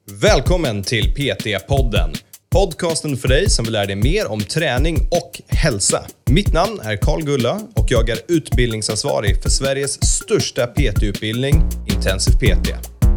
Välkommen till PT-podden. Podcasten för dig som vill lära dig mer om träning och hälsa. Mitt namn är Carl Gulla och jag är utbildningsansvarig för Sveriges största PT-utbildning, Intensiv PT.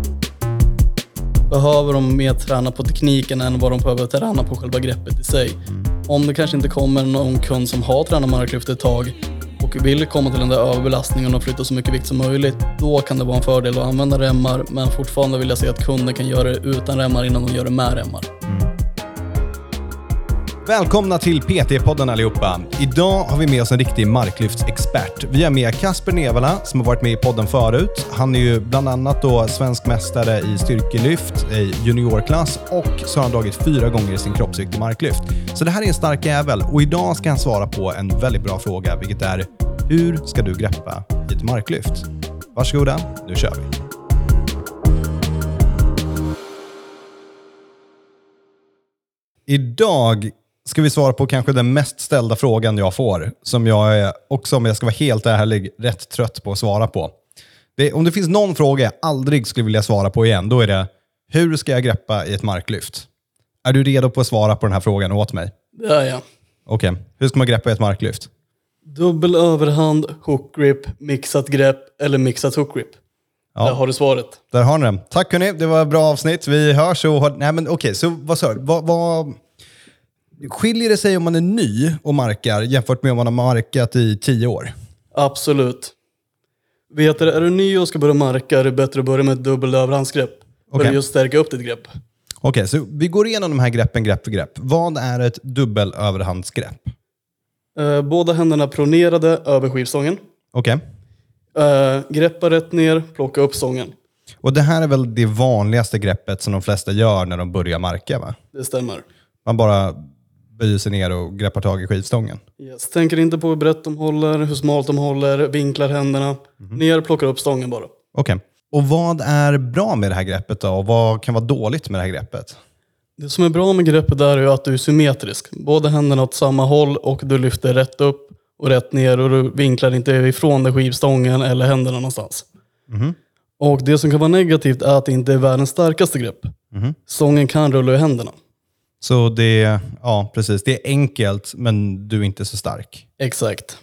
Behöver de mer träna på tekniken än vad de behöver träna på själva greppet i sig. Om det kanske inte kommer någon kund som har tränat marklyft ett tag och vill komma till den där överbelastningen och flytta så mycket vikt som möjligt, då kan det vara en fördel att använda remmar, men fortfarande vill jag se att kunden kan göra det utan remmar innan de gör det med remmar. Välkomna till PT-podden allihopa. Idag har vi med oss en riktig marklyftsexpert. Vi har med Kasper Nevala som har varit med i podden förut. Han är ju bland annat då svensk mästare i styrkelyft i juniorklass och så har han dragit 4 gånger i sin kroppsvikt i marklyft. Så det här är en stark jävel och idag ska han svara på en väldigt bra fråga, vilket är: hur ska du greppa i ett marklyft? Varsågoda, nu kör vi. Idag ska vi svara på kanske den mest ställda frågan jag får, som jag är också, om jag ska vara helt ärlig, rätt trött på att svara på. Om det finns någon fråga jag aldrig skulle vilja svara på igen, då är det: hur ska jag greppa i ett marklyft? Är du redo på att svara på den här frågan åt mig? Det är jag. Okej. Hur ska man greppa i ett marklyft? Dubbel överhand, hook grip, mixat grepp eller mixat hook grip. Ja. Där har du svaret. Där har ni det. Tack hörni, det var ett bra avsnitt. Vi hörs och nej men okej, så vad sa du? Vad skiljer det sig om man är ny och markar jämfört med om man har markat i 10 år? Absolut. Vet du, är du ny och ska börja marka är det bättre att börja med ett dubbel överhandsgrepp. För att just stärka upp ditt grepp. Okej, så vi går igenom de här greppen grepp för grepp. Vad är ett dubbel överhandsgrepp? Båda händerna pronerade över skivstången. Okej. Greppa rätt ner, plocka upp stången. Och det här är väl det vanligaste greppet som de flesta gör när de börjar marka, va? Det stämmer. Man bara böjer sig ner och greppar tag i skivstången. Yes. Tänker inte på hur brett de håller, hur smalt de håller, vinklar händerna. Ner, plockar upp stången bara. Okej. Och vad är bra med det här greppet då? Och vad kan vara dåligt med det här greppet? Det som är bra med greppet är ju att du är symmetrisk. Båda händerna åt samma håll och du lyfter rätt upp och rätt ner och du vinklar inte ifrån den skivstången eller händerna någonstans. Och det som kan vara negativt är att det inte är världens starkaste grepp. Stången kan rulla i händerna. Så det, ja precis, det är enkelt men du är inte så stark. Exakt.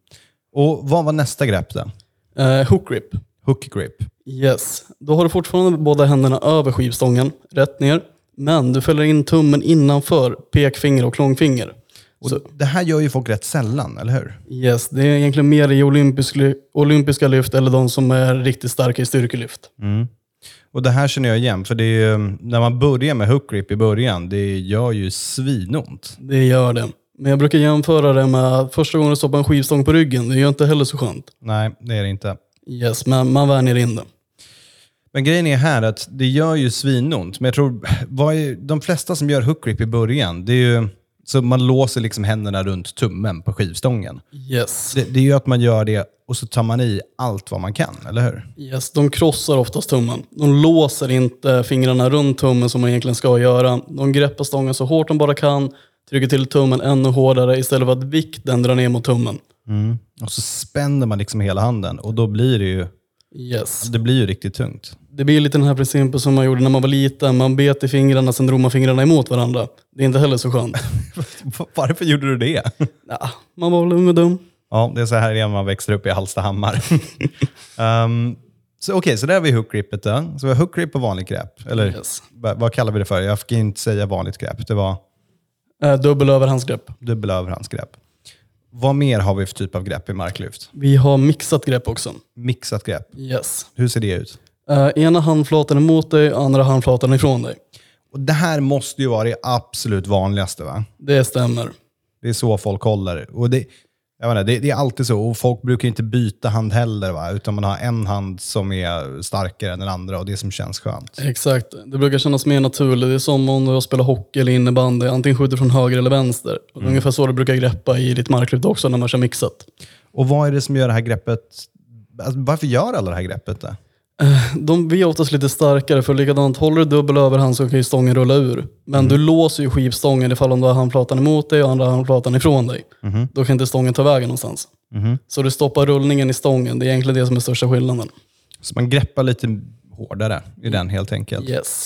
Och vad var nästa grepp då? Hook grip. Hook grip. Yes. Då har du fortfarande båda händerna över skivstången, rätt ner. Men du fäller in tummen innanför pekfinger och långfinger. Och det här gör ju folk rätt sällan, eller hur? Yes, det är egentligen mer i olympiska lyft eller de som är riktigt starka i styrkelyft. Och det här känner jag igen, för det är ju, när man börjar med hook grip i början, det gör ju svinont. Det gör det. Men jag brukar jämföra det med första gången du stoppar en skivstång på ryggen. Det gör inte heller så skönt. Nej, det är det inte. Yes, men man vänjer in det. Men grejen är här att det gör ju svinont. Men jag tror, de flesta som gör hook grip i början, det är ju så man låser liksom händerna runt tummen på skivstången. Yes. Det är ju att man gör det och så tar man i allt vad man kan, eller hur? Yes, de krossar oftast tummen. De låser inte fingrarna runt tummen som man egentligen ska göra. De greppar stången så hårt de bara kan, trycker till tummen ännu hårdare istället för att vikten drar ner mot tummen. Och så spänner man liksom hela handen och då blir det ju, det blir ju riktigt tungt. Det blir lite den här principen som man gjorde när man var liten. Man bet i fingrarna, sen drog man fingrarna emot varandra. Det är inte heller så skönt. Varför gjorde du det? Ja, man var väl ung och dum. Ja, det är så här igen man växer upp i Hallstahammar. Så okej, så där har vi hook gripet då. Så vi har hook grip och vanligt grepp. Eller vad kallar vi det för? Jag fick inte säga vanligt grepp. Det var dubbel överhandsgrepp. Dubbel överhandsgrepp. Vad mer har vi för typ av grepp i marklyft? Vi har mixat grepp också. Mixat grepp? Yes. Hur ser det ut? Ena handflatan emot dig, andra handflatan ifrån dig. Och det här måste ju vara det absolut vanligaste, va? Det stämmer. Det är så folk håller. Och det är alltid så. Och folk brukar inte byta hand heller, va? Utan man har en hand som är starkare än den andra och det som känns skönt. Exakt. Det brukar kännas mer naturligt. Det är som om du spelar hockey eller innebandy. Antingen skjuter från höger eller vänster. Ungefär så du brukar greppa i ditt marklyft också när man kör mixat. Och vad är det som gör det här greppet? Alltså, varför gör alla det här greppet då? De blir oftast lite starkare, för likadant håller du dubbel överhand så kan ju stången rulla ur. Men du låser ju skivstången ifall om du har handflatan emot dig och andra handflatan ifrån dig. Då kan inte stången ta vägen någonstans. Så du stoppar rullningen i stången, det är egentligen det som är största skillnaden. Så man greppar lite hårdare i den helt enkelt. Yes.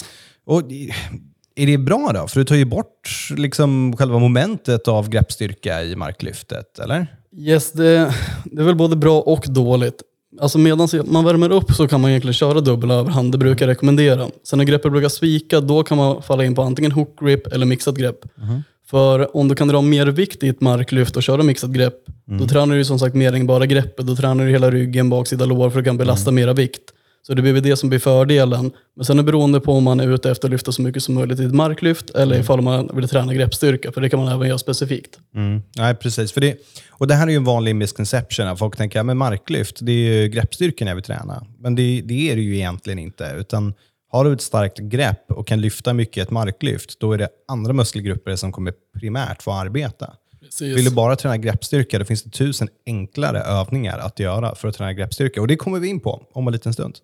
Och är det bra då? För du tar ju bort liksom själva momentet av greppstyrka i marklyftet, eller? Yes, det är väl både bra och dåligt. Alltså medan man värmer upp så kan man egentligen köra dubbel överhand. Det brukar jag rekommendera. Sen när greppet brukar svika, då kan man falla in på antingen hook grip eller mixat grepp. För om du kan dra mer vikt i ett marklyft och köra mixat grepp, då tränar du som sagt mer än bara greppet. Då tränar du hela ryggen, baksida lår, för att du kan belasta mera vikt. Så det blir det som blir fördelen. Men sen är det beroende på om man är ute efter att lyfta så mycket som möjligt i ett marklyft eller ifall man vill träna greppstyrka. För det kan man även göra specifikt. Nej, precis. Och det här är ju en vanlig misconception. Att folk tänker, men marklyft, det är ju greppstyrkan jag vill träna. Men det är det ju egentligen inte. Utan har du ett starkt grepp och kan lyfta mycket i ett marklyft, då är det andra muskelgrupper som kommer primärt få arbeta. Precis. Vill du bara träna greppstyrka, då finns det 1000 enklare övningar att göra för att träna greppstyrka. Och det kommer vi in på om en liten stund.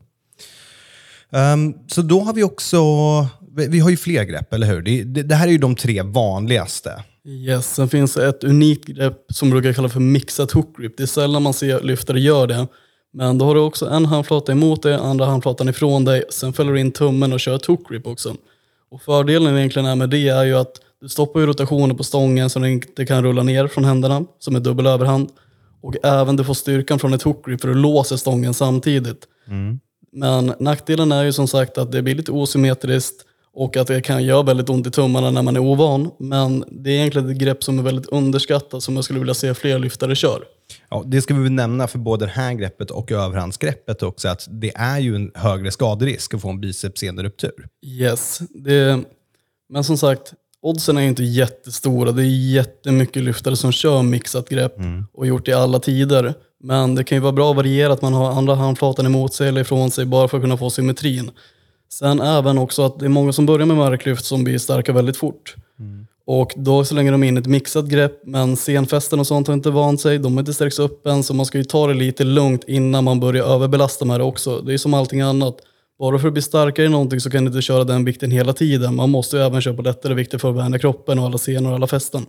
Så då har vi också, vi har ju fler grepp, eller hur? Det här är ju de 3 vanligaste. Yes, sen finns ett unikt grepp som brukar kallas för mixat hook grip. Det är sällan man ser lyftare gör det. Men då har du också en handflata emot dig, andra handflatan ifrån dig. Sen fäller du in tummen och kör ett hook grip också. Och fördelen egentligen är med det är ju att du stoppar ju rotationen på stången så den inte kan rulla ner från händerna, som är dubbel överhand. Och även du får styrkan från ett hook grip för att låsa stången samtidigt. Men nackdelen är ju som sagt att det blir lite osymmetriskt och att det kan göra väldigt ont i tummarna när man är ovan. Men det är egentligen ett grepp som är väldigt underskattat, som jag skulle vilja se fler lyftare kör. Ja, det ska vi väl nämna för både det här greppet och överhandsgreppet också, att det är ju en högre skaderisk att få en bicepsseneruptur. Yes, men som sagt, oddsen är inte jättestora. Det är jättemycket lyftare som kör mixat grepp och gjort det i alla tider. Men det kan ju vara bra att variera att man har andra handflatan emot sig eller ifrån sig bara för att kunna få symmetrin. Sen även också att det är många som börjar med marklyft som blir starka väldigt fort. Och då så länge de är in ett mixat grepp, men senfästen och sånt har inte vant sig, de har inte stärks upp än, så man ska ju ta det lite lugnt innan man börjar överbelasta med det också. Det är som allting annat. Bara för att bli starkare i någonting så kan du inte köra den vikten hela tiden. Man måste ju även köra på lättare vikter för att värna kroppen och alla senor och alla fästen.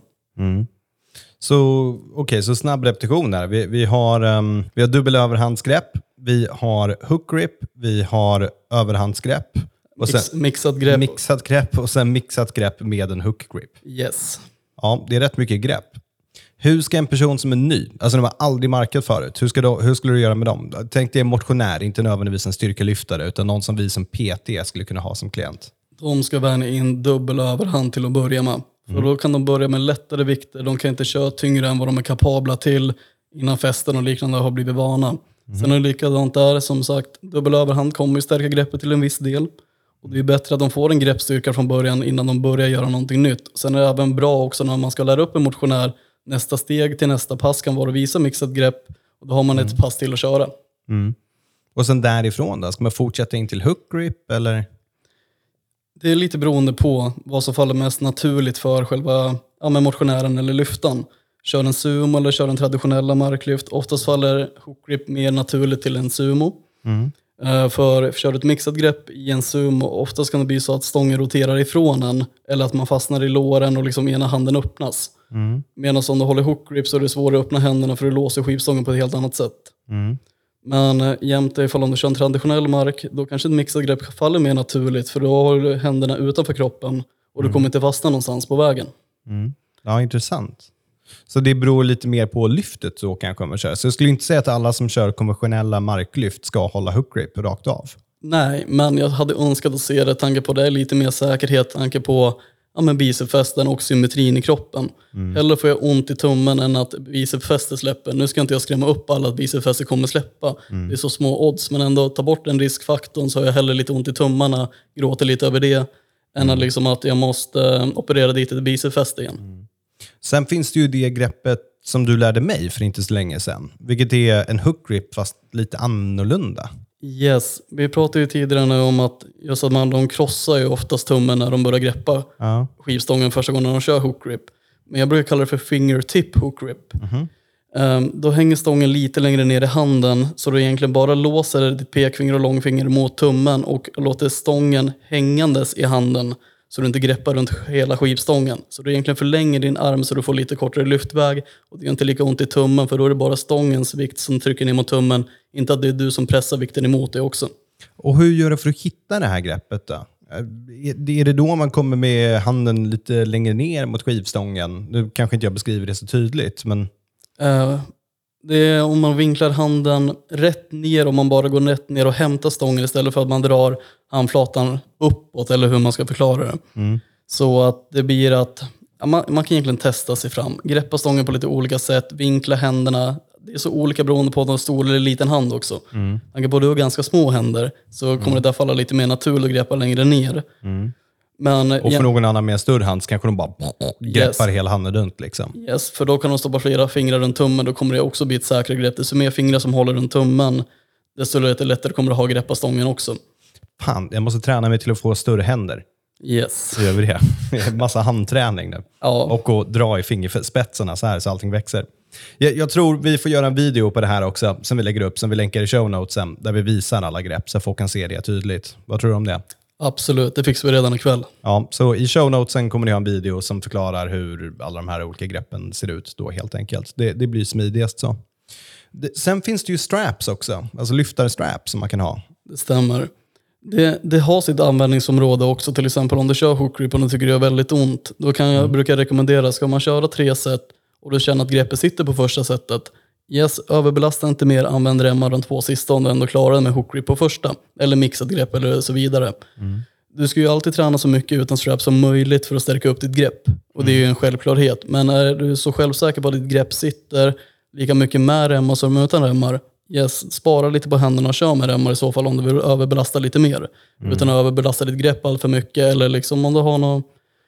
Så snabb repetition där. Vi har dubbel överhandsgrepp, vi har hook grip, vi har överhandsgrepp. Och sen mixat grepp och sen mixat grepp med en hook grip. Yes. Ja, det är rätt mycket grepp. Hur ska en person som är ny, alltså de har aldrig markat förut, hur skulle du göra med dem? Tänk dig en motionär, inte nödvändigtvis en styrkelyftare, utan någon som vi som PT skulle kunna ha som klient. De ska värna in dubbel överhand till att börja med. För då kan de börja med lättare vikter. De kan inte köra tyngre än vad de är kapabla till innan festen och liknande har blivit vana. Sen är det likadant där, som sagt, dubbel överhand kommer ju stärka greppet till en viss del. Och det är bättre att de får en greppstyrka från början innan de börjar göra någonting nytt. Sen är det även bra också när man ska lära upp en motionär. Nästa steg till nästa pass kan vara att visa mixat grepp. Och då har man ett pass till att köra. Och sen därifrån då? Ska man fortsätta in till hook grip eller? Det är lite beroende på vad som faller mest naturligt för själva motionären eller lyftan. Kör en sumo eller kör en traditionella marklyft. Oftast faller hook grip mer naturligt till en sumo. För kör du ett mixat grepp i en sumo, oftast kan det bli så att stången roterar ifrån en. Eller att man fastnar i låren och liksom ena handen öppnas. Medan om du håller hook grip så är det svårare att öppna händerna för du låser skivstången på ett helt annat sätt. Men jämte ifall om du kör en traditionell mark, då kanske ett mixat grepp faller mer naturligt. För då har du händerna utanför kroppen och du kommer inte fastna någonstans på vägen. Ja, intressant. Så det beror lite mer på lyftet så kanske man kör. Så jag skulle inte säga att alla som kör konventionella marklyft ska hålla hook grip rakt av. Nej, men jag hade önskat att se det, tanke på det, lite mer säkerhet, tanke på bicepfästen och symmetrin i kroppen. Hellre får jag ont i tummen än att bicepfästet släpper. Nu ska inte jag skrämma upp alla att bicepfästet kommer släppa. Det är så små odds, men ändå ta bort den riskfaktorn så har jag hellre lite ont i tummarna, gråter lite över det, än att, liksom att jag måste operera dit ett bicepfäste igen. Sen finns det ju det greppet som du lärde mig för inte så länge sedan. Vilket är en hook grip fast lite annorlunda. Yes, vi pratade ju tidigare nu om att just att de krossar ju oftast tummen när de börjar greppa skivstången första gången de kör hook grip. Men jag brukar kalla det för fingertip hook grip. Då hänger stången lite längre ner i handen så du egentligen bara låser ditt pekfinger och långfinger mot tummen och låter stången hängandes i handen så du inte greppar runt hela skivstången. Så du egentligen förlänger din arm så du får lite kortare lyftväg och det är inte lika ont i tummen för då är det bara stångens vikt som trycker ner mot tummen, inte att det är du som pressar vikten emot dig också. Och hur gör du för att hitta det här greppet då? Är det då man kommer med handen lite längre ner mot skivstången? Nu kanske inte jag beskriver det så tydligt, men... Det är om man vinklar handen rätt ner, om man bara går rätt ner och hämtar stången istället för att man drar handflatan uppåt, eller hur man ska förklara det. Så att det blir att man kan egentligen testa sig fram. Greppa stången på lite olika sätt, vinkla händerna. Det är så olika beroende på om de har stor eller liten hand också. Man kan både ha ganska små händer, så kommer det där falla lite mer naturligt att greppa längre ner. Men, och för någon annan med större hand så kanske de bara greppar hela handen runt liksom. Yes, för då kan de stoppa flera fingrar runt tummen. Då kommer det också bli ett säkrare grepp. Desto mer fingrar som håller runt tummen, desto lättare kommer det ha greppa stången också. Fan, jag måste träna mig till att få större händer. Yes. Så gör vi det. Massa handträning nu. Ja. Och att dra i fingerspetsarna så här så allting växer. Jag tror vi får göra en video på det här också som vi lägger upp, som vi länkar i show notesen, där vi visar alla grepp så folk kan se det tydligt. Vad tror du om det? Absolut, det fixar vi redan ikväll. Ja, så i show notesen kommer ni ha en video som förklarar hur alla de här olika greppen ser ut då helt enkelt. Det blir smidigast så. Sen finns det ju straps också, alltså lyftarstraps som man kan ha. Det stämmer. Det har sitt användningsområde också, till exempel om du kör hook grip och du tycker det gör väldigt ont. Då kan jag brukar rekommendera, ska man köra 3 set och du känner att greppet sitter på första setet, överbelasta inte mer, använd remmar de 2 sista om du ändå klarar det med hook grip på första. Eller mixat grepp eller så vidare. Du ska ju alltid träna så mycket utan straps som möjligt för att stärka upp ditt grepp. Och det är ju en självklarhet. Men är du så självsäker på att ditt grepp sitter lika mycket med remmar som utan remmar, spara lite på händerna och kör med remmar i så fall om du vill överbelasta lite mer. Utan att överbelasta ditt grepp allt för mycket. Eller liksom om du har någon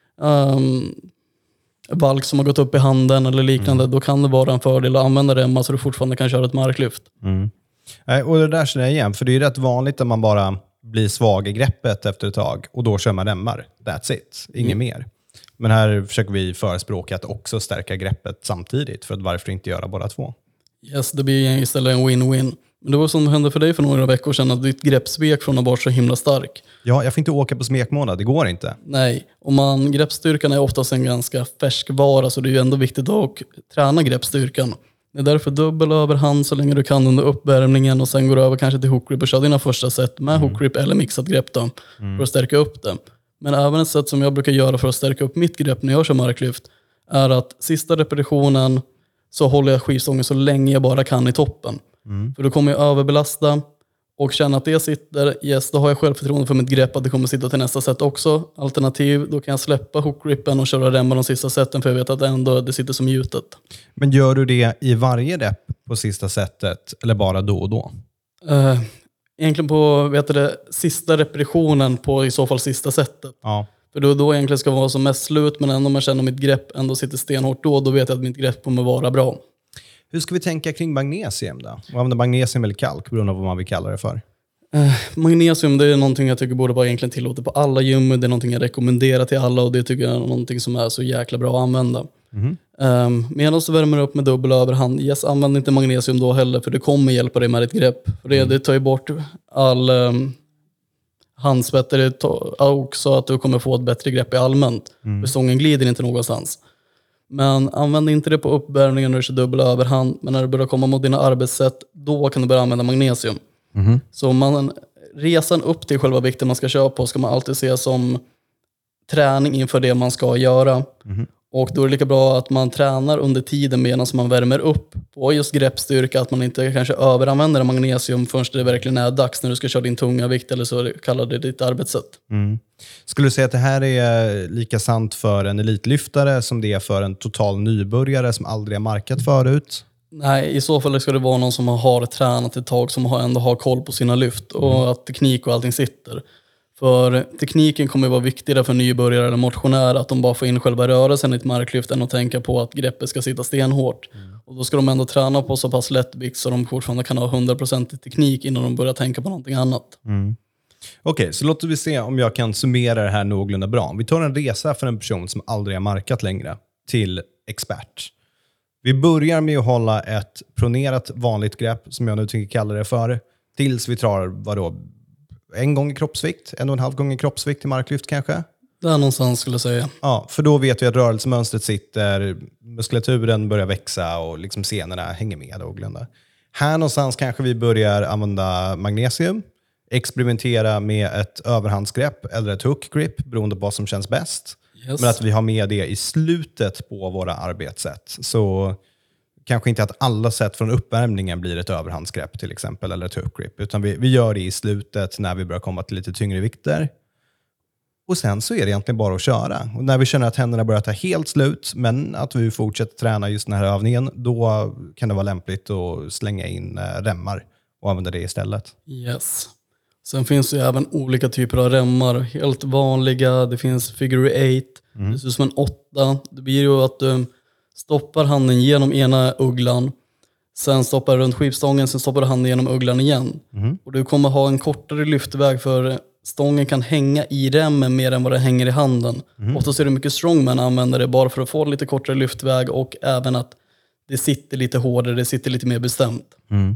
valk som har gått upp i handen eller liknande, då kan det vara en fördel att använda remmar så du fortfarande kan köra ett marklyft. Och det där känner jag igen, för det är ju rätt vanligt att man bara blir svag i greppet efter ett tag och då kör man remmar. That's it, inget mer. Men här försöker vi förespråka att också stärka greppet samtidigt, för att varför inte göra båda två? Yes, det blir istället en win-win. Men det var som hände för dig för några veckor sedan, att ditt greppsvek från att vara så himla stark. Ja, jag får inte åka på smekmånad, det går inte. Nej, och greppstyrkan är oftast en ganska färsk vara, så det är ju ändå viktigt att träna greppstyrkan. Det är därför dubbel överhand så länge du kan under uppvärmningen, och sen går du över kanske till hook grip och kör dina första set med hook grip eller mixat grepp då, för att stärka upp det. Men även ett sätt som jag brukar göra för att stärka upp mitt grepp när jag kör marklyft är att sista repetitionen så håller jag skivstången så länge jag bara kan i toppen. För då kommer jag överbelasta och känna att det sitter, då har jag självförtroende för mitt grepp att det kommer sitta till nästa set också. Alternativ, då kan jag släppa hookgrippen och köra remmar de sista seten, för jag vet att det sitter som gjutet. Men gör du det i varje rep på sista setet eller bara då och då? Egentligen på sista repetitionen på i så fall sista setet. Ja. För då egentligen ska vara som mest slut, men ändå om man känner att mitt grepp ändå sitter stenhårt då vet jag att mitt grepp kommer vara bra. Hur ska vi tänka kring magnesium då? Och använda magnesium eller kalk beroende på vad man vill kalla det för? Magnesium, det är någonting jag tycker borde vara egentligen tillåtet på alla gym. Det är någonting jag rekommenderar till alla, och det tycker jag är någonting som är så jäkla bra att använda. Medan du värmer upp med dubbel överhand, använd inte magnesium då heller, för det kommer hjälpa dig med ditt grepp. För det tar ju bort all handsvett, också att du kommer få ett bättre grepp i allmänt. För stången glider inte någonstans. Men använd inte det på uppvärmningen när du kör dubbel överhand. Men när du börjar komma mot dina arbetssätt, då kan du börja använda magnesium. Så resan upp till själva vikten man ska köra på ska man alltid se som träning inför det man ska göra. Och då är det lika bra att man tränar under tiden medan man värmer upp på just greppstyrka, att man inte kanske överanvänder magnesium förrän det verkligen är dags när du ska köra din tunga vikt, eller så kallar det ditt arbetssätt. Skulle du säga att det här är lika sant för en elitlyftare som det är för en total nybörjare som aldrig har markat förut? Nej, i så fall ska det vara någon som har tränat ett tag, som ändå har koll på sina lyft och att teknik och allting sitter. För tekniken kommer vara viktigare för nybörjare eller motionärer, att de bara får in själva rörelsen i ett marklyft än att tänka på att greppet ska sitta stenhårt. Och då ska de ändå träna på så pass lättvikt så de fortfarande kan ha 100% teknik innan de börjar tänka på någonting annat. Okej, så låter vi se om jag kan summera det här någorlunda bra. Vi tar en resa för en person som aldrig har markat längre till expert. Vi börjar med att hålla ett pronerat vanligt grepp, som jag nu tänker kalla det för, tills vi tar, en gång i kroppsvikt, 1,5 gånger kroppsvikt i marklyft kanske? Där någonstans skulle jag säga. Ja, för då vet vi att rörelsemönstret sitter, muskulaturen börjar växa och liksom senorna hänger med någorlunda. Här någonstans kanske vi börjar använda magnesium. experimentera med ett överhandsgrepp eller ett hook grip beroende på vad som känns bäst. Yes. Men att vi har med det i slutet på våra arbetssätt. Så kanske inte att alla sätt från uppvärmningen blir ett överhandsgrepp till exempel eller ett hook grip. Utan vi gör det i slutet när vi börjar komma till lite tyngre vikter. Och sen så är det egentligen bara att köra. Och när vi känner att händerna börjar ta helt slut men att vi fortsätter träna just den här övningen, då kan det vara lämpligt att slänga in remmar och använda det istället. Yes. Sen finns det ju även olika typer av remmar. Helt vanliga, det finns figure 8, det ser ut som en 8. Det blir ju att du stoppar handen genom ena ugglan, sen stoppar runt skivstången, sen stoppar du handen genom ugglan igen. Och du kommer ha en kortare lyftväg för stången kan hänga i remmen mer än vad det hänger i handen. Ofta ser det mycket strongman använder det bara för att få lite kortare lyftväg och även att det sitter lite hårdare, det sitter lite mer bestämt.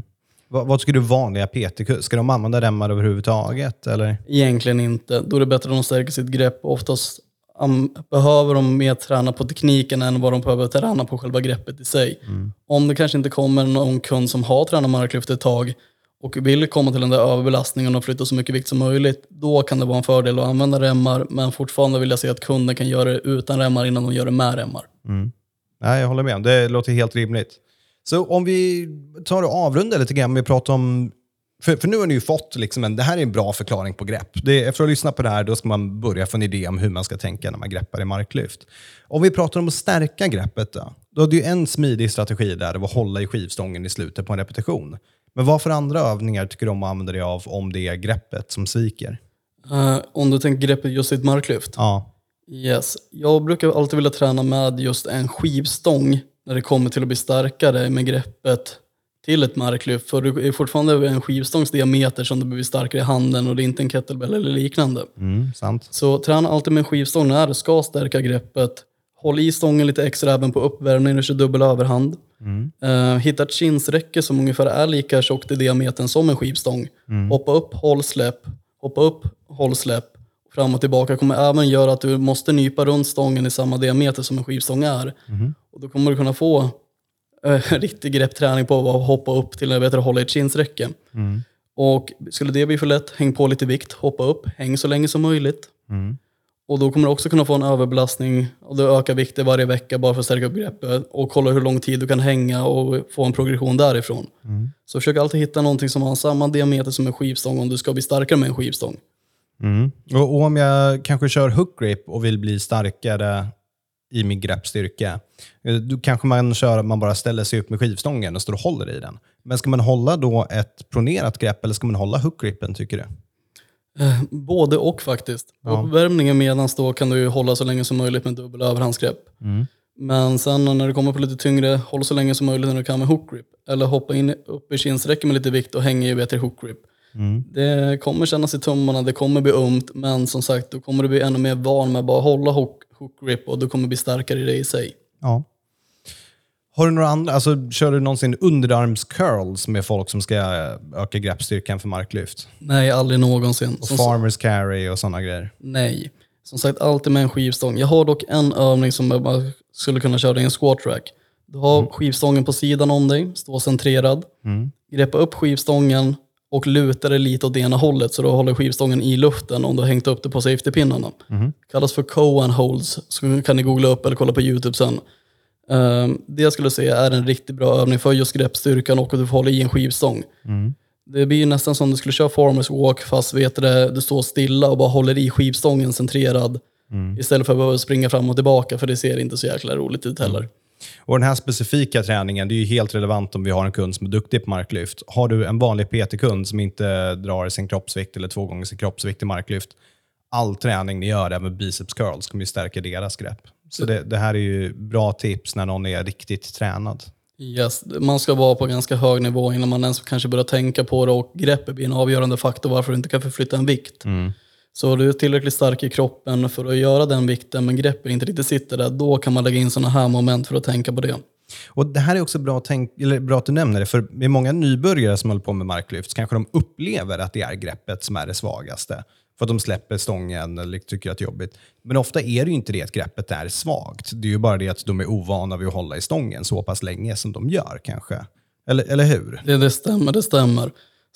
Vad tycker du vanliga PT? Ska de använda remmar överhuvudtaget? Eller? Egentligen inte. Då är det bättre att de stärker sitt grepp. Oftast behöver de mer träna på tekniken än vad de behöver träna på själva greppet i sig. Om det kanske inte kommer någon kund som har tränat marklyft ett tag och vill komma till den där överbelastningen och flytta så mycket vikt som möjligt, då kan det vara en fördel att använda remmar. Men fortfarande vill jag se att kunden kan göra det utan remmar innan de gör det med remmar. Nej, jag håller med. Det låter helt rimligt. Så om vi tar och avrundar lite grann, vi pratar om, för nu har ni ju fått liksom det här är en bra förklaring på grepp. Efter att lyssna på det här, då ska man börja få en idé om hur man ska tänka när man greppar i marklyft. Om vi pratar om att stärka greppet då är det ju en smidig strategi där att hålla i skivstången i slutet på en repetition. Men vad för andra övningar tycker du om att använda dig av om det är greppet som sviker? Om du tänker greppet just i ett marklyft? Ja. Yes. Jag brukar alltid vilja träna med just en skivstång när det kommer till att bli starkare med greppet till ett marklyft. För det är fortfarande en skivstångs diameter som du blir starkare i handen och det är inte en kettlebell eller liknande. Sant. Så träna alltid med en skivstång när du ska stärka greppet. Håll i stången lite extra även på uppvärmning när du kör dubbel överhand. Hitta ett kinsräcke som ungefär är lika tjockt i diametern som en skivstång. Hoppa upp, håll, släpp. Hoppa upp, håll, släpp. Fram och tillbaka kommer även göra att du måste nypa runt stången i samma diameter som en skivstång är. Och då kommer du kunna få riktig greppträning på att hoppa upp till att hålla i ett kinsräcke. Och skulle det bli för lätt, häng på lite vikt, hoppa upp, häng så länge som möjligt. Och då kommer du också kunna få en överbelastning och du ökar vikter varje vecka bara för att stärka upp greppet och kolla hur lång tid du kan hänga och få en progression därifrån. Så försök alltid hitta någonting som har samma diameter som en skivstång om du ska bli starkare med en skivstång. Och om jag kanske kör hook grip och vill bli starkare i min greppstyrka, då kanske man bara ställer sig upp med skivstången och står och håller i den. Men ska man hålla då ett pronerat grepp eller ska man hålla hook gripen, tycker du? Både och faktiskt. Uppvärmningen medans då kan du ju hålla så länge som möjligt med dubbel överhandsgrepp. Men sen när det kommer på lite tyngre, håll så länge som möjligt när du kan med hook grip. Eller hoppa in upp i kinsräcken med lite vikt och hänga i bättre hook grip. Det kommer kännas i tummarna, det kommer bli ömt, men som sagt då kommer du bli ännu mer van med att bara hålla hook grip och du kommer bli starkare i det i sig. Ja. Har du några andra, kör du någonsin underarms-curls med folk som ska öka greppstyrkan för marklyft? Nej, aldrig någonsin. Och farmers carry och sådana grejer? Nej, som sagt alltid med en skivstång. Jag har dock en övning som jag bara skulle kunna köra i en squat rack. Du har skivstången på sidan om dig, stå centrerad, greppa upp skivstången och luta det lite åt det ena hållet så då håller skivstången i luften om du har hängt upp det på safetypinnarna. Kallas för Cohen holds, så kan ni googla upp eller kolla på YouTube sen. Det jag skulle säga är en riktigt bra övning för just greppstyrkan och att du får hålla i en skivstång. Det blir nästan som du skulle köra farmers walk fast du står stilla och bara håller i skivstången centrerad istället för att behöva springa fram och tillbaka, för det ser inte så jäkla roligt ut heller. Och den här specifika träningen, det är ju helt relevant om vi har en kund som är duktig på marklyft. Har du en vanlig PT-kund som inte drar sin kroppsvikt eller 2 gånger sin kroppsvikt i marklyft, all träning ni gör, även biceps curls, kommer ju stärka deras grepp. Så det här är ju bra tips när någon är riktigt tränad. Yes, man ska vara på ganska hög nivå innan man ens kanske börjar tänka på det, och greppet blir en avgörande faktor varför du inte kan förflytta en vikt. Så du är tillräckligt stark i kroppen för att göra den vikten, men greppet inte riktigt sitter där, då kan man lägga in sådana här moment för att tänka på det. Och det här är också bra att du nämner det, för med många nybörjare som håller på med marklyft så kanske de upplever att det är greppet som är det svagaste. För att de släpper stången eller tycker att det är jobbigt. Men ofta är det ju inte det att greppet är svagt. Det är ju bara det att de är ovana vid att hålla i stången så pass länge som de gör kanske. Eller hur? Det stämmer.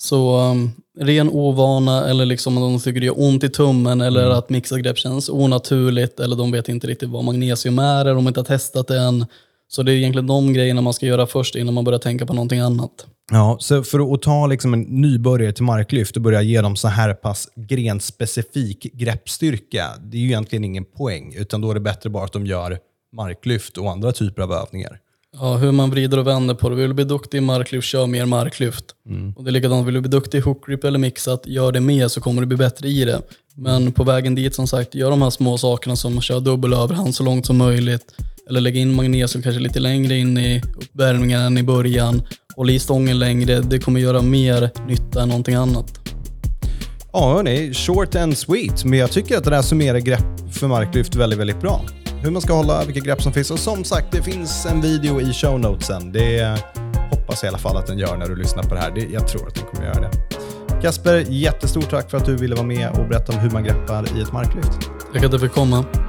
Så ren ovana eller liksom att de tycker det gör ont i tummen eller att mixat känns onaturligt eller de vet inte riktigt vad magnesium är eller de inte har testat det än. Så det är egentligen de grejerna man ska göra först innan man börjar tänka på någonting annat. Ja, så för att ta liksom en nybörjare till marklyft och börja ge dem så här pass grenspecifik greppstyrka, det är ju egentligen ingen poäng, utan då är det bättre bara att de gör marklyft och andra typer av övningar. Ja, hur man vrider och vänder på det. Vill du bli duktig i marklyft, kör mer marklyft. Och det är likadant, vill du bli duktig i hookgrip eller mixat, gör det mer så kommer du bli bättre i det. Men på vägen dit, som sagt, gör de här små sakerna som kör dubbel överhand så långt som möjligt. Eller lägga in magnesium kanske lite längre in i uppvärmningen än i början. Håll i stången längre, det kommer göra mer nytta än någonting annat. Ja, hörni, short and sweet. Men jag tycker att det där summerar grepp för marklyft väldigt, väldigt bra. Hur man ska hålla, vilka grepp som finns. Och som sagt, det finns en video i show notesen. Det hoppas jag i alla fall att den gör när du lyssnar på det här. Jag tror att den kommer göra det. Kasper, jättestort tack för att du ville vara med och berätta om hur man greppar i ett marklyft. Tack att du fick komma.